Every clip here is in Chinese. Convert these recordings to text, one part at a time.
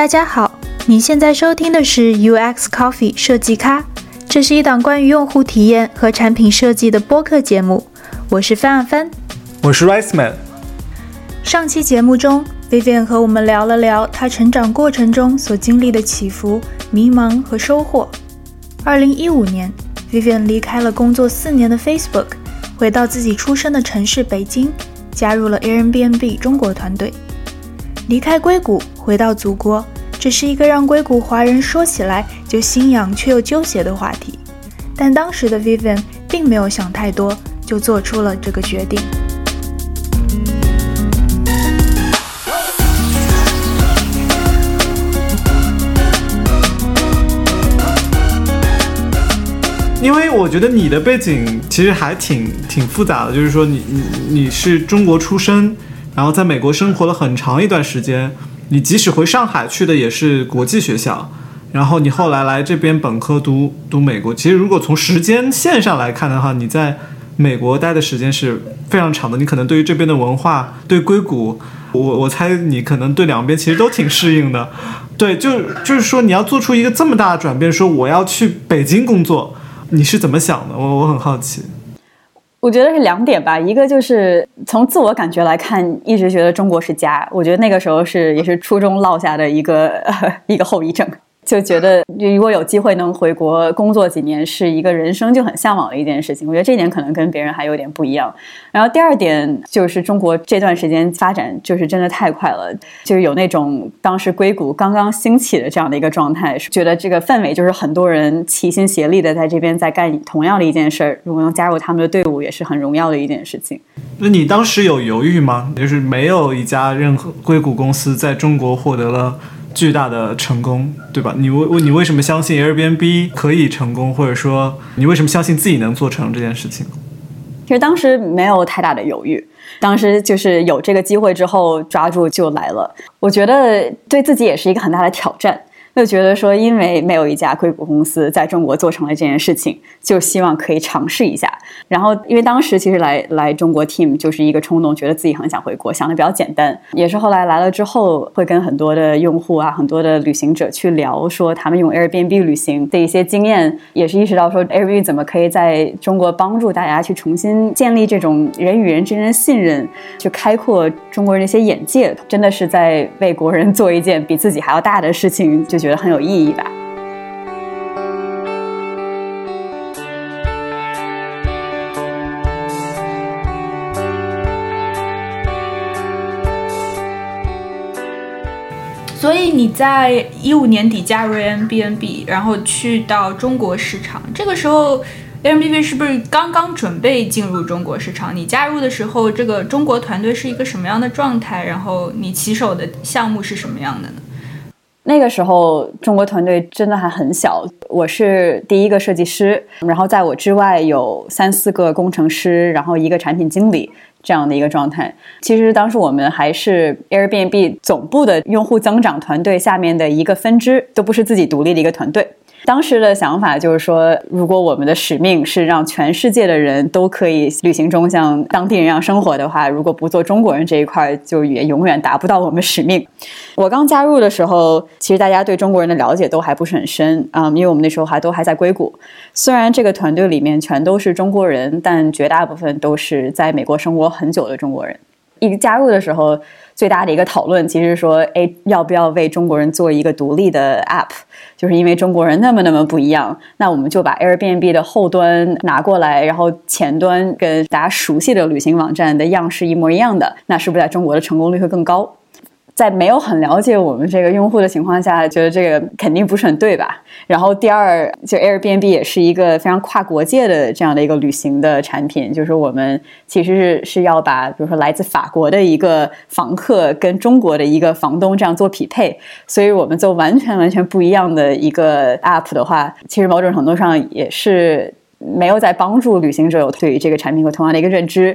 家好，你现在收听的是 UX Coffee 设计咖，这是一档关于用户体验和产品设计的播客节目。我是范范， 我是 Riceman。 上期节目中 Vivian 和我们聊了聊他成长过程中所经历的起伏、迷茫和收获。2015年 Vivian 离开了工作4年的 Facebook， 回到自己出生的城市北京，加入了 Airbnb 中国团队。离开硅谷回到祖国，这是一个让硅谷华人说起来就心痒却又纠结的话题，但当时的 Vivian 并没有想太多，就做出了这个决定。 因为我觉得你的背景其实还挺复杂的，就是说你是中国出生，然后在美国生活了很长一段时间，你即使回上海去的也是国际学校，然后你后来来这边本科读美国。其实如果从时间线上来看的话，你在美国待的时间是非常长的，你可能对于这边的文化，对硅谷，我猜你可能对两边其实都挺适应的。对，就是说你要做出一个这么大的转变，说我要去北京工作，你是怎么想的？我很好奇。 我觉得是2点吧，一个就是从自我感觉来看，一直觉得中国是家，我觉得那个时候也是初中落下的一个后遗症，就觉得如果有机会能回国工作几年，是一个人生就很向往的一件事情。我觉得这一点可能跟别人还有点不一样。然后第2点就是中国这段时间发展就是真的太快了，就是有那种当时硅谷刚刚兴起的这样的一个状态，觉得这个氛围就是很多人齐心协力的在这边在干同样的一件事儿，如果能加入他们的队伍也是很荣耀的一件事情。 那你当时有犹豫吗？就是没有一家任何硅谷公司在中国获得了巨大的成功，对吧？你为什么相信 Airbnb 可以成功，或者说你为什么相信自己能做成这件事情？ 其实当时没有太大的犹豫，当时就是有这个机会之后抓住就来了。我觉得对自己也是一个很大的挑战，就觉得说因为没有一家硅谷公司在中国做成了这件事情，就希望可以尝试一下。然后因为当时其实来中国 team 就是一个冲动，觉得自己很想回国，想的比较简单。也是后来来了之后，会跟很多的用户啊，很多的旅行者去聊，说他们用 Airbnb 旅行的一些经验，也是意识到说 Airbnb 怎么可以在中国帮助大家去重新建立这种人与人之间的信任，去开阔中国人的一些眼界，真的是在为国人做一件比自己还要大的事情，就觉得很有意义吧。 所以你在15年底加入 Airbnb， 然后去到中国市场，这个时候 Airbnb 是不是刚刚准备进入中国市场？你加入的时候，这个中国团队是一个什么样的状态？然后你起手的项目是什么样的呢？ 那个时候中国团队真的还很小，我是第一个设计师，然后在我之外有3-4个工程师，然后一个产品经理，这样的一个状态。其实当时我们还是 Airbnb 总部的用户增长团队下面的一个分支，都不是自己独立的一个团队。当时的想法就是说，如果我们的使命是让全世界的人都可以旅行中像当地人一样生活的话，如果不做中国人这一块，就也永远达不到我们使命。我刚加入的时候，其实大家对中国人的了解都还不是很深，因为我们那时候都还在硅谷。虽然这个团队里面全都是中国人，但绝大部分都是在美国生活很久的中国人。一加入的时候，最大的一个讨论其实是说，要不要为中国人做一个独立的 app， 就是因为中国人那么不一样，那我们就把 Airbnb 的后端拿过来，然后前端跟大家熟悉的旅行网站的样式一模一样的，那是不是在中国的成功率会更高？在没有很了解我们这个用户的情况下，觉得这个肯定不是很对吧。然后第二，就 Airbnb 也是一个非常跨国界的这样的一个旅行的产品，就是我们其实是要把比如说来自法国的一个房客跟中国的一个房东这样做匹配，所以我们做完全不一样的一个 app 的话，其实某种程度上也是没有在帮助旅行者有对于这个产品有同样的一个认知。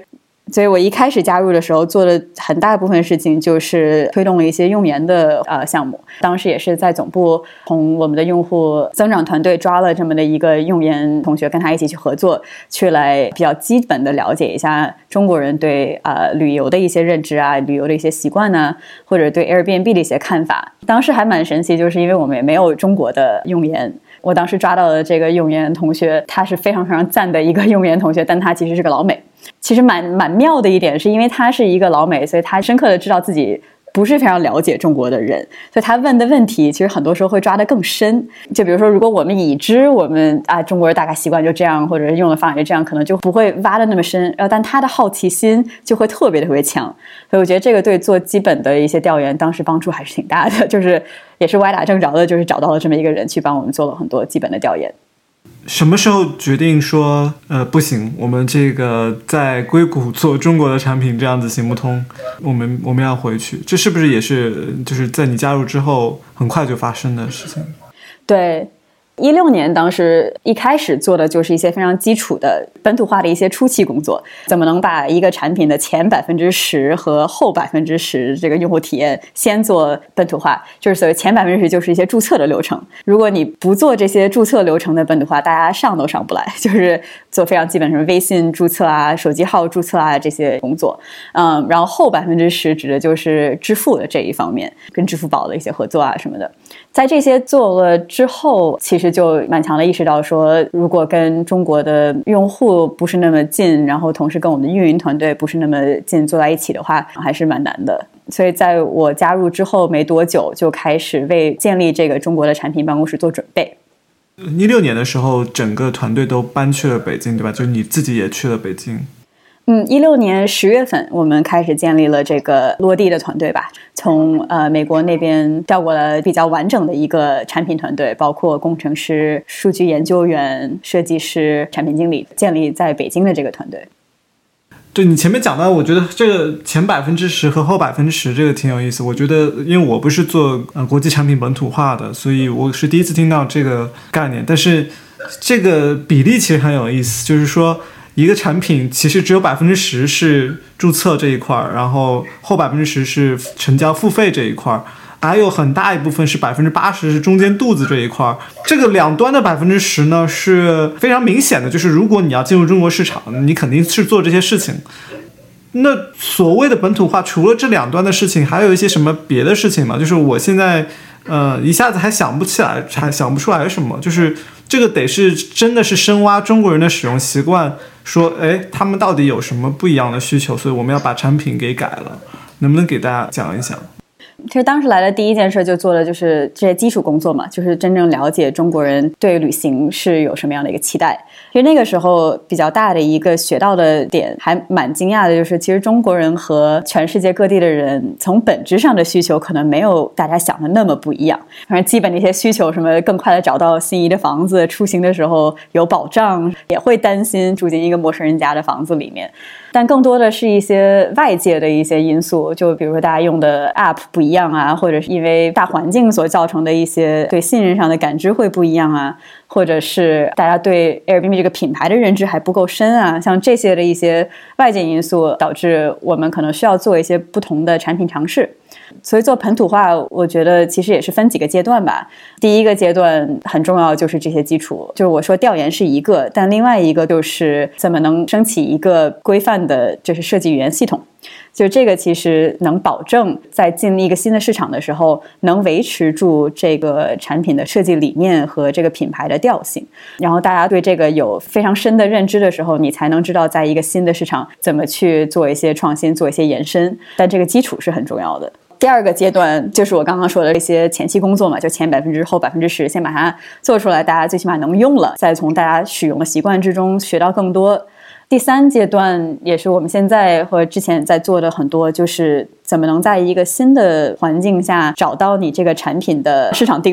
所以我一开始加入的时候做的很大部分事情就是推动了一些用研的项目，当时也是在总部从我们的用户增长团队抓了这么的一个用研同学，跟他一起去合作，去来比较基本的了解一下中国人对旅游的一些认知啊，旅游的一些习惯呢，或者对 Airbnb 的一些看法。当时还蛮神奇，就是因为我们也没有中国的用研，我当时抓到的这个用研同学，他是非常非常赞的一个用研同学，但他其实是个老美。其实蛮妙的一点是因为他是一个老美，所以他深刻的知道自己不是非常了解中国的人，所以他问的问题其实很多时候会抓得更深。就比如说如果我们已知我们中国人大概习惯就这样，或者是用的方法就这样，可能就不会挖得那么深，但他的好奇心就会特别特别强。所以我觉得这个对做基本的一些调研当时帮助还是挺大的，就是也是歪打正着的，就是找到了这么一个人去帮我们做了很多基本的调研。 什么时候决定说不行，我们这个在硅谷做中国的产品这样子行不通，我们要回去？这是不是也是就是在你加入之后很快就发生的事情？ 对，16年当时一开始做的就是一些非常基础的本土化的一些初期工作，怎么能把一个产品的前10%和后10%这个用户体验先做本土化，就是所谓前10%就是一些注册的流程。如果你不做这些注册流程的本土化，大家上都上不来，就是做非常基本什么微信注册啊、手机号注册啊这些工作。然后后10%指的就是支付的这一方面，跟支付宝的一些合作啊什么的。在这些做了之后，其实就蛮强的意识到说，如果跟中国的用户不是那么近，然后同时跟我们的运营团队不是那么近做在一起的话，还是蛮难的。所以在我加入之后没多久，就开始为建立这个中国的产品办公室做准备。 16年的时候，整个团队都搬去了北京，对吧？就你自己也去了北京。 16年10月份，我们开始建立了这个落地的团队吧。从美国那边调过来比较完整的一个产品团队，包括工程师、数据研究员、设计师、产品经理，建立在北京的这个团队。 对，你前面讲到，我觉得这个前10%和后10%这个挺有意思。我觉得，因为我不是做国际产品本土化的，所以我是第一次听到这个概念。但是这个比例其实很有意思，就是说一个产品其实只有10%是注册这一块，然后后10%是成交付费这一块，还有很大一部分是80%是中间肚子这一块。这个两端的10%呢是非常明显的，就是如果你要进入中国市场，你肯定是做这些事情。那所谓的本土化，除了这两端的事情，还有一些什么别的事情吗？就是我现在一下子还想不起来，还想不出来什么。就是这个得是真的是深挖中国人的使用习惯，说他们到底有什么不一样的需求，所以我们要把产品给改了。能不能给大家讲一讲？ 其实当时来的第一件事就做的就是这些基础工作嘛，就是真正了解中国人对旅行是有什么样的一个期待。其实那个时候比较大的一个学到的点还蛮惊讶的，就是其实中国人和全世界各地的人从本质上的需求可能没有大家想的那么不一样。反正基本的一些需求，什么更快的找到心仪的房子，出行的时候有保障，也会担心住进一个陌生人家的房子里面。但更多的是一些外界的一些因素，就比如说大家用的 App 不一样啊，或者是因为大环境所造成的一些对信任上的感知会不一样啊，或者是大家对 Airbnb 这个品牌的认知还不够深啊，像这些的一些外界因素导致我们可能需要做一些不同的产品尝试。所以做本土化，我觉得其实也是分几个阶段吧。第一个阶段很重要，就是这些基础，就是我说调研是一个，但另外一个就是怎么能升起一个规范的就是设计语言系统。就这个其实能保证在进一个新的市场的时候能维持住这个产品的设计理念和这个品牌的调性，然后大家对这个有非常深的认知的时候，你才能知道在一个新的市场怎么去做一些创新，做一些延伸，但这个基础是很重要的。第二个阶段就是我刚刚说的这些前期工作嘛，就前10%后10%先把它做出来，大家最起码能用了，再从大家使用的习惯之中学到更多。第三阶段也是我们现在和之前在做的很多，就是怎么能在一个新的环境下找到你这个产品的市场定位，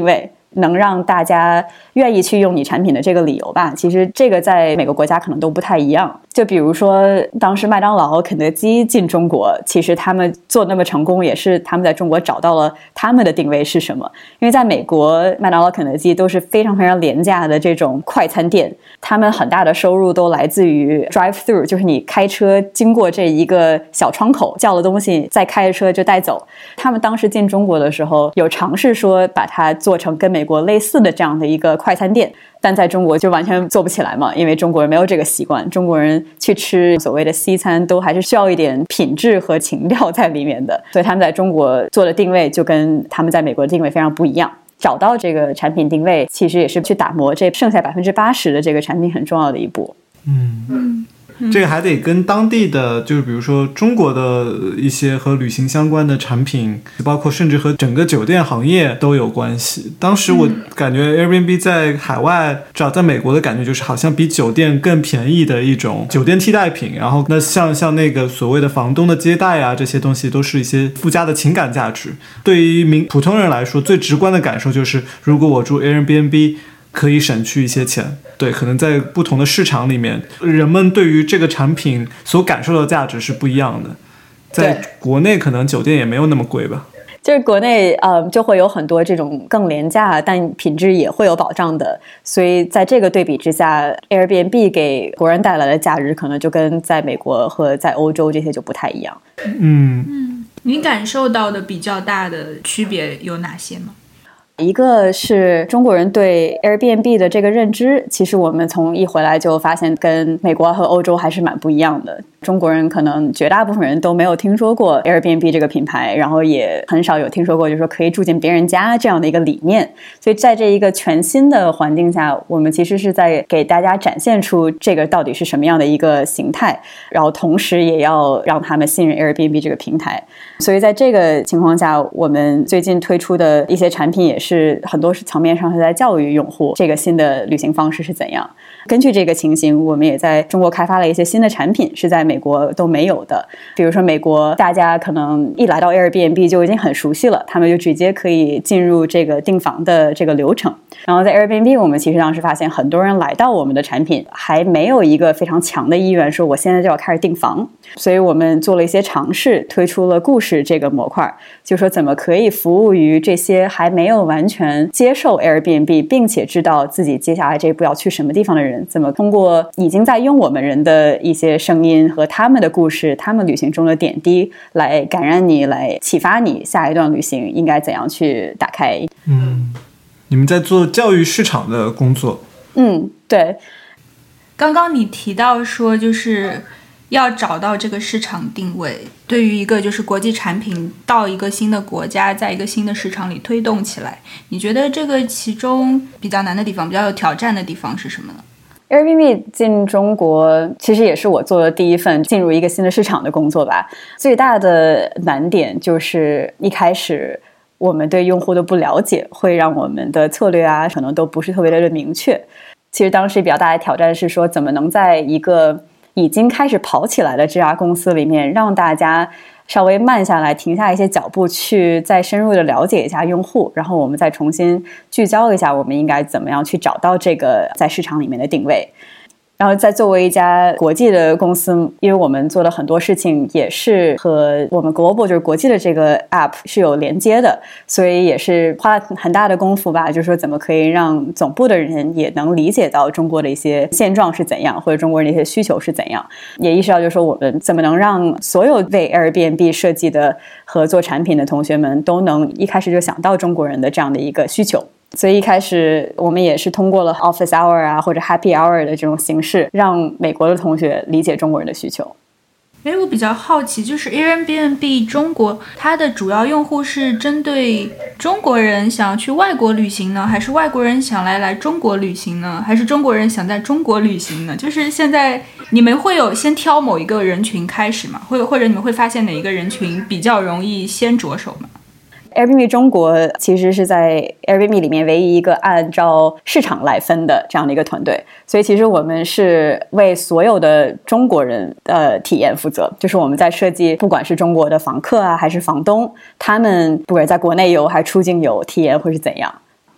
能让大家愿意去用你产品的这个理由吧。其实这个在每个国家可能都不太一样。就比如说当时麦当劳、肯德基进中国，其实他们做那么成功也是他们在中国找到了他们的定位是什么。因为在美国麦当劳、肯德基都是非常非常廉价的这种快餐店，他们很大的收入都来自于 drive through， 就是你开车经过这一个小窗口叫了东西再开着车就带走。他们当时进中国的时候有尝试说把它做成跟美国类似的这样的一个快餐店，但在中国就完全做不起来嘛，因为中国人没有这个习惯，中国人去吃所谓的西餐都还是需要一点品质和情调在里面的，所以他们在中国做的定位就跟他们在美国的定位非常不一样。找到这个产品定位其实也是去打磨这剩下 80% 的这个产品很重要的一步。 这个还得跟当地的，就是比如说中国的一些和旅行相关的产品，包括甚至和整个酒店行业都有关系。当时我感觉 Airbnb 在海外，至少在美国的感觉就是好像比酒店更便宜的一种酒店替代品。然后那像那个所谓的房东的接待啊，这些东西都是一些附加的情感价值。对于普通人来说，最直观的感受就是，如果我住 Airbnb，可以省去一些钱。对，可能在不同的市场里面，人们对于这个产品所感受到的价值是不一样的。在国内可能酒店也没有那么贵吧， 就是国内就会有很多这种更廉价但品质也会有保障的，所以在这个对比之下 Airbnb 给国人带来的价值可能就跟在美国和在欧洲这些就不太一样。 你感受到的比较大的区别有哪些吗？ 一个是中国人对 Airbnb 的这个认知，其实我们从一回来就发现跟美国和欧洲还是蛮不一样的。中国人可能绝大部分人都没有听说过 Airbnb 这个品牌，然后也很少有听说过就是说可以住进别人家这样的一个理念。所以在这一个全新的环境下，我们其实是在给大家展现出这个到底是什么样的一个形态，然后同时也要让他们信任 Airbnb 这个平台。所以在这个情况下，我们最近推出的一些产品也是很多层面上是在教育用户这个新的旅行方式是怎样。根据这个情形，我们也在中国开发了一些新的产品，是在美国都没有的。比如说美国大家可能一来到 Airbnb 就已经很熟悉了，他们就直接可以进入这个订房的这个流程。然后在 Airbnb 我们其实当时发现很多人来到我们的产品还没有一个非常强的意愿说我现在就要开始订房，所以我们做了一些尝试，推出了故事这个模块，就说怎么可以服务于这些还没有完全接受 Airbnb 并且知道自己接下来这一步要去什么地方的人，怎么通过已经在用我们人的一些声音和他们的故事，他们旅行中的点滴来感染你，来启发你下一段旅行应该怎样去打开。 你们在做教育市场的工作。 对。 刚刚你提到说就是要找到这个市场定位，对于一个就是国际产品到一个新的国家，在一个新的市场里推动起来，你觉得这个其中比较难的地方，比较有挑战的地方是什么呢？ Airbnb 进中国其实也是我做的第一份进入一个新的市场的工作吧。最大的难点就是一开始我们对用户的不了解，会让我们的策略啊可能都不是特别的明确。其实当时比较大的挑战是说，怎么能在一个已经开始跑起来的这家公司里面，让大家稍微慢下来，停下一些脚步，去再深入的了解一下用户，然后我们再重新聚焦一下我们应该怎么样去找到这个在市场里面的定位。然后再作为一家国际的公司，因为我们做的很多事情也是和我们 global 就是国际的这个 app 是有连接的，所以也是花了很大的功夫吧，就是说怎么可以让总部的人也能理解到中国的一些现状是怎样，或者中国人的一些需求是怎样，也意识到就是说我们怎么能让所有为 Airbnb 设计的和做产品的同学们都能一开始就想到中国人的这样的一个需求。所以一开始我们也是通过了 Office Hour 啊或者 Happy Hour 的这种形式，让美国的同学理解中国人的需求。 我比较好奇，就是 Airbnb 中国它的主要用户是针对中国人想要去外国旅行呢，还是外国人想来中国旅行呢，还是中国人想在中国旅行呢？就是现在你们会有先挑某一个人群开始吗？或者你们会发现哪一个人群比较容易先着手吗 ？Airbnb 中国其实是在 Airbnb 里面唯一一个按照市场来分的这样的一个团队，所以其实我们是为所有的中国人的体验负责，就是我们在设计不管是中国的房客啊还是房东，他们不管在国内游还是出境游体验会是怎样。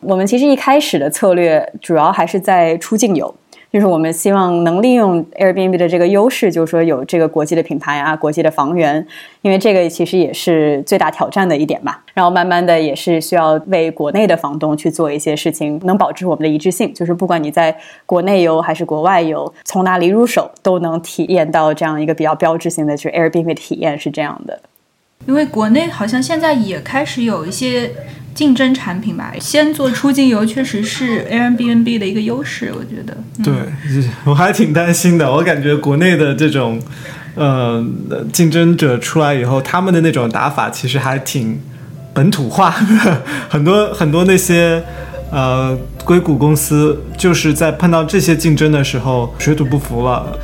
我们其实一开始的策略主要还是在出境游，就是我们希望能利用 Airbnb 的这个优势，就是说有这个国际的品牌啊，国际的房源，因为这个其实也是最大挑战的一点吧。然后慢慢的也是需要为国内的房东去做一些事情，能保持我们的一致性，就是不管你在国内游还是国外游，从哪里入手都能体验到这样一个比较标志性的，就是 Airbnb 的体验是这样的。 因为国内好像现在也开始有一些竞争产品吧，先做出境游确实是 Airbnb 的一个优势，我觉得。 对，我还挺担心的，我感觉国内的这种竞争者出来以后，他们的那种打法其实还挺本土化的，很多那些硅谷公司就是在碰到这些竞争的时候水土不服了。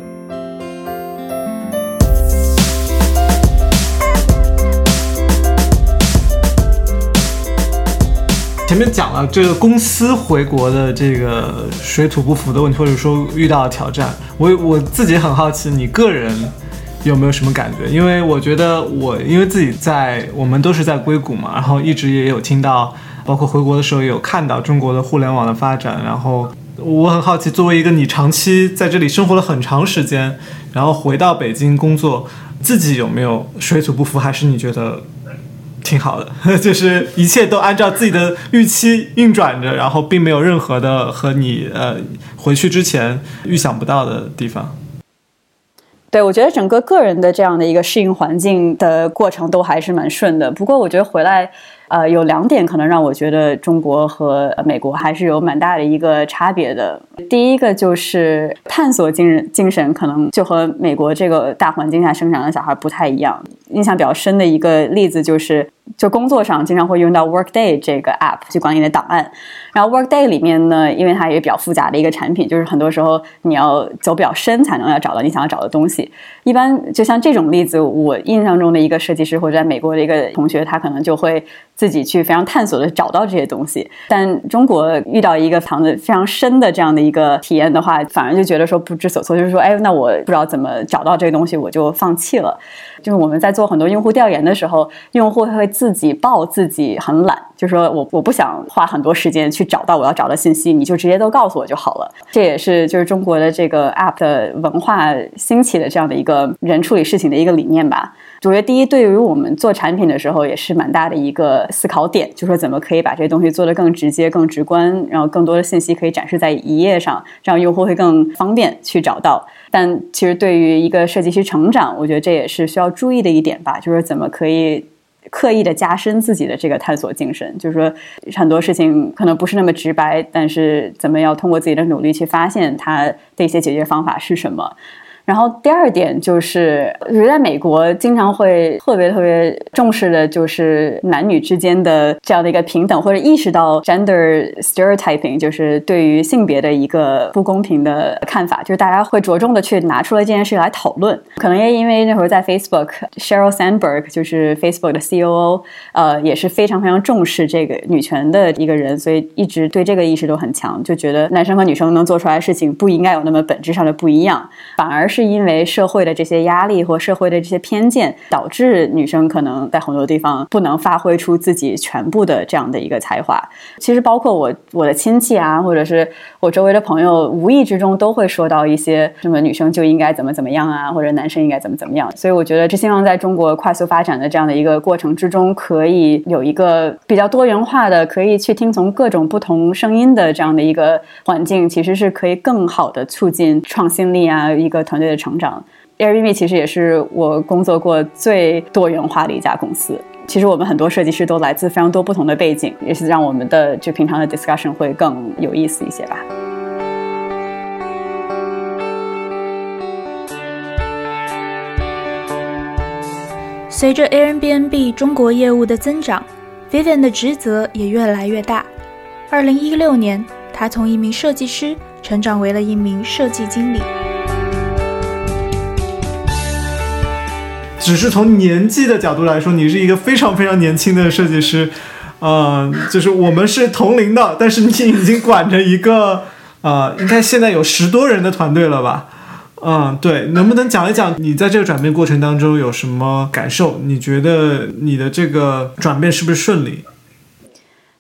前面讲了这个公司回国的这个水土不服的问题，或者说遇到的挑战，我自己很好奇你个人有没有什么感觉？因为我觉得因为自己我们都是在硅谷嘛，然后一直也有听到，包括回国的时候也有看到中国的互联网的发展，然后我很好奇，作为一个你长期在这里生活了很长时间，然后回到北京工作，自己有没有水土不服，还是你觉得挺好的，就是一切都按照自己的预期运转着，然后并没有任何的和你回去之前预想不到的地方。 对，我觉得整个人的这样的一个适应环境的过程都还是蛮顺的。不过我觉得回来有2点可能让我觉得中国和美国还是有蛮大的一个差别的。第一个就是探索精神可能就和美国这个大环境下生长的小孩不太一样。印象比较深的一个例子就工作上经常会用到 Workday 这个 app 去管理你的档案，然后 Workday 里面呢，因为它也比较复杂的一个产品，就是很多时候你要走比较深才能要找到你想要找的东西。一般就像这种例子，我印象中的一个设计师或者在美国的一个同学，他可能就会自己去非常探索的找到这些东西。但中国遇到一个藏得非常深的这样的一个体验的话，反而就觉得说不知所措，就是说那我不知道怎么找到这个东西，我就放弃了。就是我们在做很多用户调研的时候，用户会自己报自己很懒，就是说我不想花很多时间去找到我要找的信息，你就直接都告诉我就好了。这也是就是中国的这个 app 的文化兴起的这样的一个人处理事情的一个理念吧。我觉得第一，对于我们做产品的时候也是蛮大的一个思考点，就是说怎么可以把这些东西做得更直接更直观，然后更多的信息可以展示在一页上，这样用户会更方便去找到。但其实对于一个设计师成长，我觉得这也是需要注意的一点吧，就是怎么可以刻意的加深自己的这个探索精神，就是说很多事情可能不是那么直白，但是怎么要通过自己的努力去发现它的一些解决方法是什么。然后第二点就是我觉得在美国经常会特别重视的就是男女之间的这样的一个平等，或者意识到 gender stereotyping， 就是对于性别的一个不公平的看法，就是大家会着重的去拿出来这件事来讨论。可能也因为那会儿在 Facebook Sheryl Sandberg 就是 Facebook 的 COO 也是非常重视这个女权的一个人，所以一直对这个意识都很强，就觉得男生和女生能做出来的事情不应该有那么本质上的不一样，反而是因为社会的这些压力或社会的这些偏见，导致女生可能在很多地方不能发挥出自己全部的这样的一个才华。其实包括我的亲戚啊，或者是我周围的朋友，无意之中都会说到一些什么女生就应该怎么样啊，或者男生应该怎么样。所以我觉得希望在中国快速发展的这样的一个过程之中，可以有一个比较多元化的，可以去听从各种不同声音的这样的一个环境，其实是可以更好的促进创新力啊，一个团队的成长。Airbnb 其实也是我工作过最多元化的一家公司。其实我们很多设计师都来自非常多不同的背景，也是让我们的就平常的 discussion 会更有意思一些吧。 随着 Airbnb 中国业务的增长， Vivian 的职责也越来越大。2016年，他从一名设计师成长为了一名设计经理。 只是从年纪的角度来说，你是一个非常年轻的设计师，就是我们是同龄的，但是你已经管着一个应该现在有10多人的团队了吧？对，能不能讲一讲你在这个转变过程当中有什么感受？你觉得你的这个转变是不是顺利？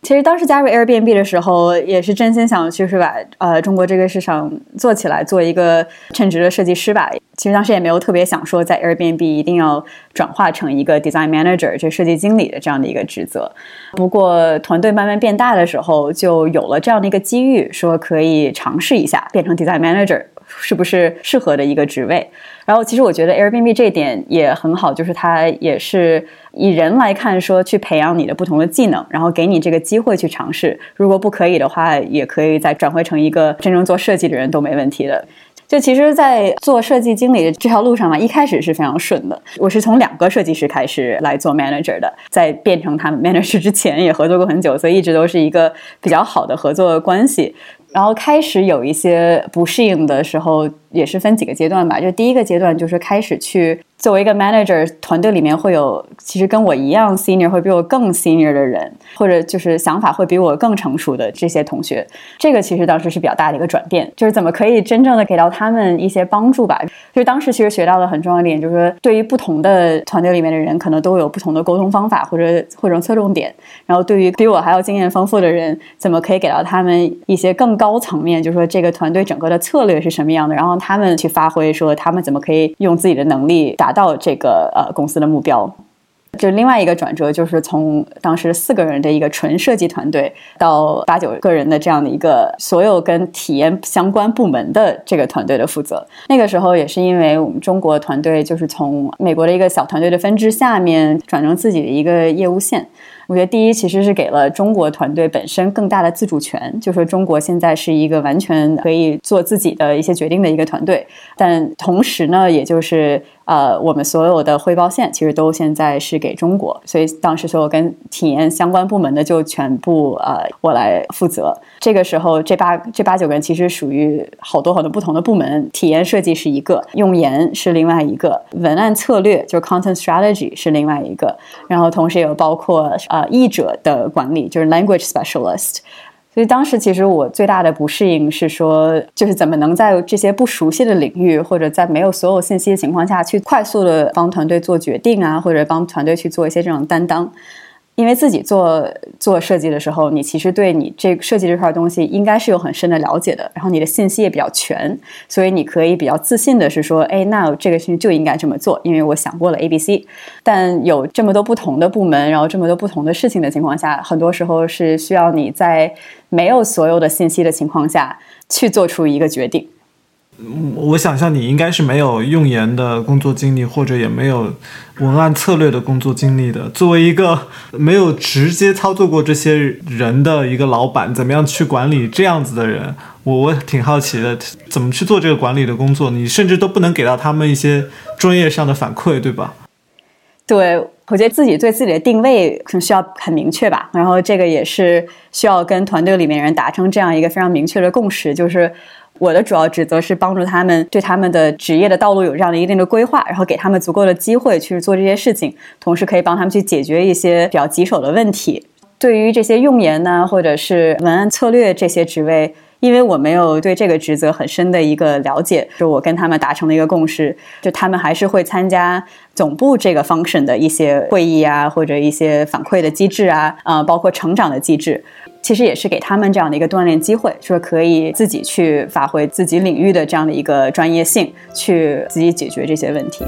其实当时加入 Airbnb 的时候，也是真心想就是把中国这个市场做起来，做一个称职的设计师吧。其实当时也没有特别想说在 Airbnb 一定要转化成一个 design manager， 就设计经理的这样的一个职责。不过团队慢慢变大的时候，就有了这样的一个机遇，说可以尝试一下变成 design manager， 是不是适合的一个职位。然后其实我觉得 Airbnb 这一点也很好，就是它也是以人来看，说去培养你的不同的技能，然后给你这个机会去尝试。如果不可以的话，也可以再转回成一个真正做设计的人都没问题的。就其实在做设计经理的这条路上嘛，一开始是非常顺的。我是从2个设计师开始来做 manager 的，在变成他们 manager 之前也合作过很久，所以一直都是一个比较好的合作关系。然后开始有一些不适应的时候，也是分几个阶段吧。就第一个阶段就是开始去作为一个 manager， 团队里面会有其实跟我一样 senior 会比我更 senior 的人，或者就是想法会比我更成熟的这些同学。这个其实当时是比较大的一个转变，就是怎么可以真正的给到他们一些帮助吧。就是当时其实学到的很重要的一点，就是说对于不同的团队里面的人，可能都有不同的沟通方法或者侧重点。然后对于比我还要经验丰富的人，怎么可以给到他们一些更高层面，就是说这个团队整个的策略是什么样的，然后他们去发挥，说他们怎么可以用自己的能力达到这个公司的目标。就另外一个转折，就是从当时4个人的一个纯设计团队到8、9个人的这样的一个所有跟体验相关部门的这个团队的负责。那个时候也是因为我们中国团队就是从美国的一个小团队的分支下面转成自己的一个业务线。我觉得第一其实是给了中国团队本身更大的自主权，就说中国现在是一个完全可以做自己的一些决定的一个团队，但同时呢，也就是我们所有的汇报线其实都现在是给中国，所以当时所有跟体验相关部门的就全部我来负责。这个时候这8、9个人其实属于好多不同的部门，体验设计是一个，用研是另外一个，文案策略就是 content strategy 是另外一个，然后同时也有包括译者的管理，就是 language specialist。所以当时其实我最大的不适应是说，就是怎么能在这些不熟悉的领域，或者在没有所有信息的情况下去快速的帮团队做决定啊，或者帮团队去做一些这种担当。因为自己做设计的时候，你其实对你这设计这块东西应该是有很深的了解的，然后你的信息也比较全，所以你可以比较自信的是说，哎，那这个事情就应该这么做，因为我想过了 ABC。但有这么多不同的部门，然后这么多不同的事情的情况下，很多时候是需要你在没有所有的信息的情况下去做出一个决定。 我想象你应该是没有用研的工作经历，或者也没有文案策略的工作经历的。作为一个没有直接操作过这些人的一个老板，怎么样去管理这样子的人，我挺好奇的，怎么去做这个管理的工作？你甚至都不能给到他们一些专业上的反馈，对吧？ 对，我觉得自己对自己的定位可能需要很明确吧，然后这个也是需要跟团队里面人达成这样一个非常明确的共识，就是我的主要职责是帮助他们对他们的职业的道路有这样的一定的规划，然后给他们足够的机会去做这些事情，同时可以帮他们去解决一些比较棘手的问题。对于这些用研呢，或者是文案策略这些职位，因为我没有对这个职责很深的一个了解，就我跟他们达成了一个共识，就他们还是会参加总部这个 function 的一些会议啊，或者一些反馈的机制啊，包括成长的机制，其实也是给他们这样的一个锻炼机会，说可以自己去发挥自己领域的这样的一个专业性，去自己解决这些问题。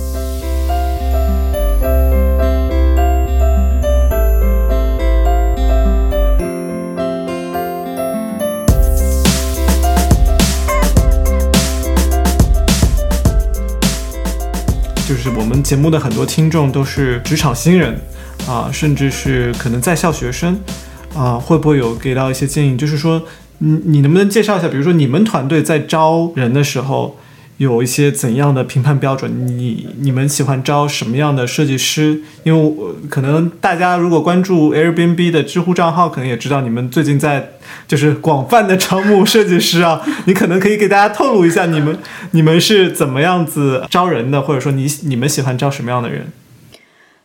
就是我们节目的很多听众都是职场新人甚至是可能在校学生会不会有给到一些建议？就是说你能不能介绍一下，比如说你们团队在招人的时候有一些怎样的评判标准？你们喜欢招什么样的设计师？因为可能大家如果关注 Airbnb 的知乎账号，可能也知道你们最近在就是广泛的招募设计师你可能可以给大家透露一下你们是怎么样子招人的，或者说你们喜欢招什么样的人？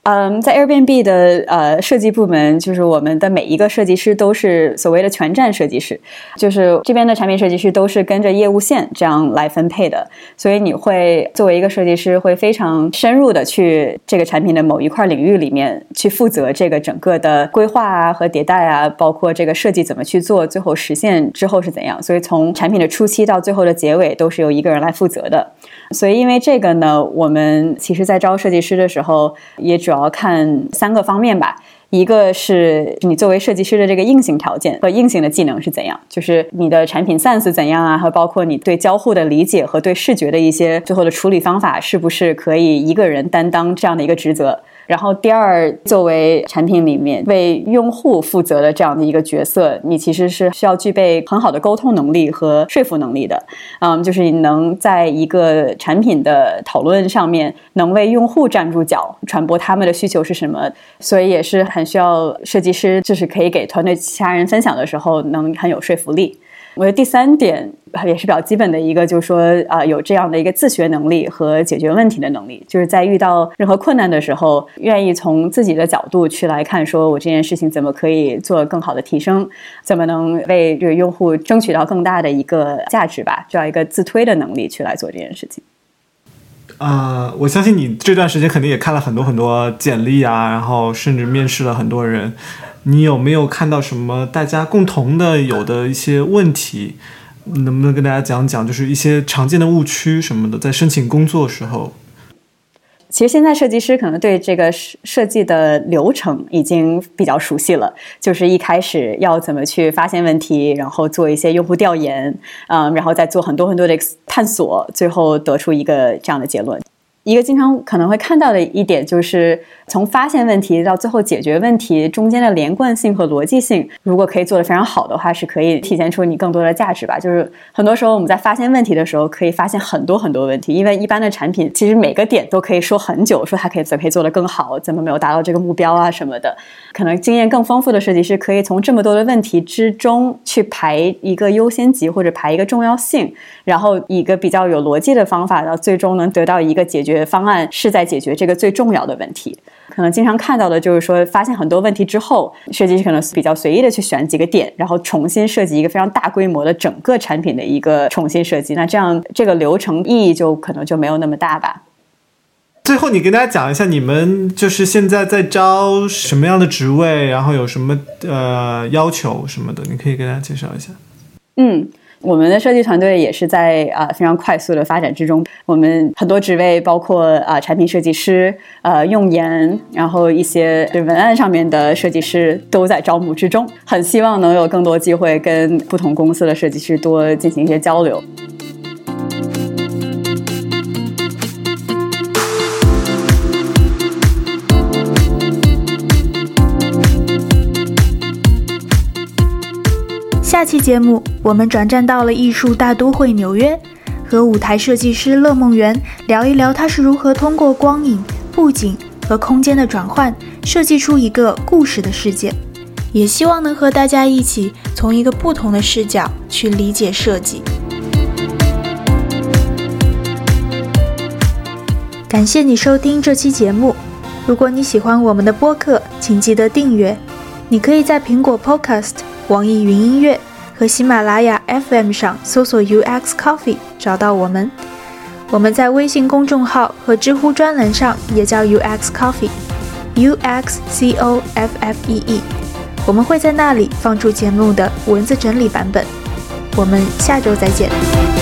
在 Airbnb 的设计部门，就是我们的每一个设计师都是所谓的全站设计师，就是这边的产品设计师都是跟着业务线这样来分配的，所以你会作为一个设计师会非常深入的去这个产品的某一块领域里面去负责这个整个的规划啊和迭代啊，包括这个设计怎么去做，最后实现之后是怎样，所以从产品的初期到最后的结尾都是由一个人来负责的。所以因为这个呢，我们其实在招设计师的时候也主要看3个方面吧。一个是你作为设计师的这个硬性条件和硬性的技能是怎样，就是你的产品 sense 怎样啊，和包括你对交互的理解和对视觉的一些最后的处理方法是不是可以一个人担当这样的一个职责。然后第二，作为产品里面为用户负责的这样的一个角色，你其实是需要具备很好的沟通能力和说服能力的。就是你能在一个产品的讨论上面能为用户站住脚，传播他们的需求是什么，所以也是很需要设计师就是可以给团队其他人分享的时候能很有说服力。我觉得第3点也是比较基本的一个，就是说有这样的一个自学能力和解决问题的能力，就是在遇到任何困难的时候愿意从自己的角度去来看，说我这件事情怎么可以做更好的提升，怎么能为这个用户争取到更大的一个价值吧，就要一个自推的能力去来做这件事情。 我相信你这段时间肯定也看了很多很多简历啊，然后甚至面试了很多人，你有没有看到什么大家共同的有的一些问题？能不能跟大家讲讲，就是一些常见的误区什么的，在申请工作时候？ 其实现在设计师可能对这个设计的流程已经比较熟悉了，就是一开始要怎么去发现问题，然后做一些用户调研，然后再做很多很多的探索，最后得出一个这样的结论。一个经常可能会看到的一点就是从发现问题到最后解决问题中间的连贯性和逻辑性，如果可以做得非常好的话，是可以体现出你更多的价值吧。就是很多时候我们在发现问题的时候可以发现很多很多问题，因为一般的产品其实每个点都可以说很久，说它可以做得更好，怎么没有达到这个目标啊什么的。可能经验更丰富的设计师可以从这么多的问题之中去排一个优先级或者排一个重要性，然后以一个比较有逻辑的方法，到最终能得到一个解决方案，是在解决这个最重要的问题。可能经常看到的就是说，发现很多问题之后，设计师可能比较随意的去选几个点，然后重新设计一个非常大规模的整个产品的一个重新设计。那这样这个流程意义就可能就没有那么大吧。 最后你跟大家讲一下，你们就是现在在招什么样的职位，然后有什么要求什么的，你可以给大家介绍一下。 我们的设计团队也是在非常快速的发展之中。我们很多职位包括产品设计师、用研，然后一些对文案上面的设计师都在招募之中。很希望能有更多机会跟不同公司的设计师多进行一些交流。 下期节目，我们转战到了艺术大都会纽约，和舞台设计师乐梦圆聊一聊他是如何通过光影、布景和空间的转换，设计出一个故事的世界。也希望能和大家一起从一个不同的视角去理解设计。感谢你收听这期节目。如果你喜欢我们的播客，请记得订阅。你可以在苹果 Podcast、网易云音乐和喜马拉雅 FM 上搜索 UX Coffee 找到我们。我们在微信公众号和知乎专栏上也叫 UX Coffee UXCOFFEE， 我们会在那里放出节目的文字整理版本。我们下周再见。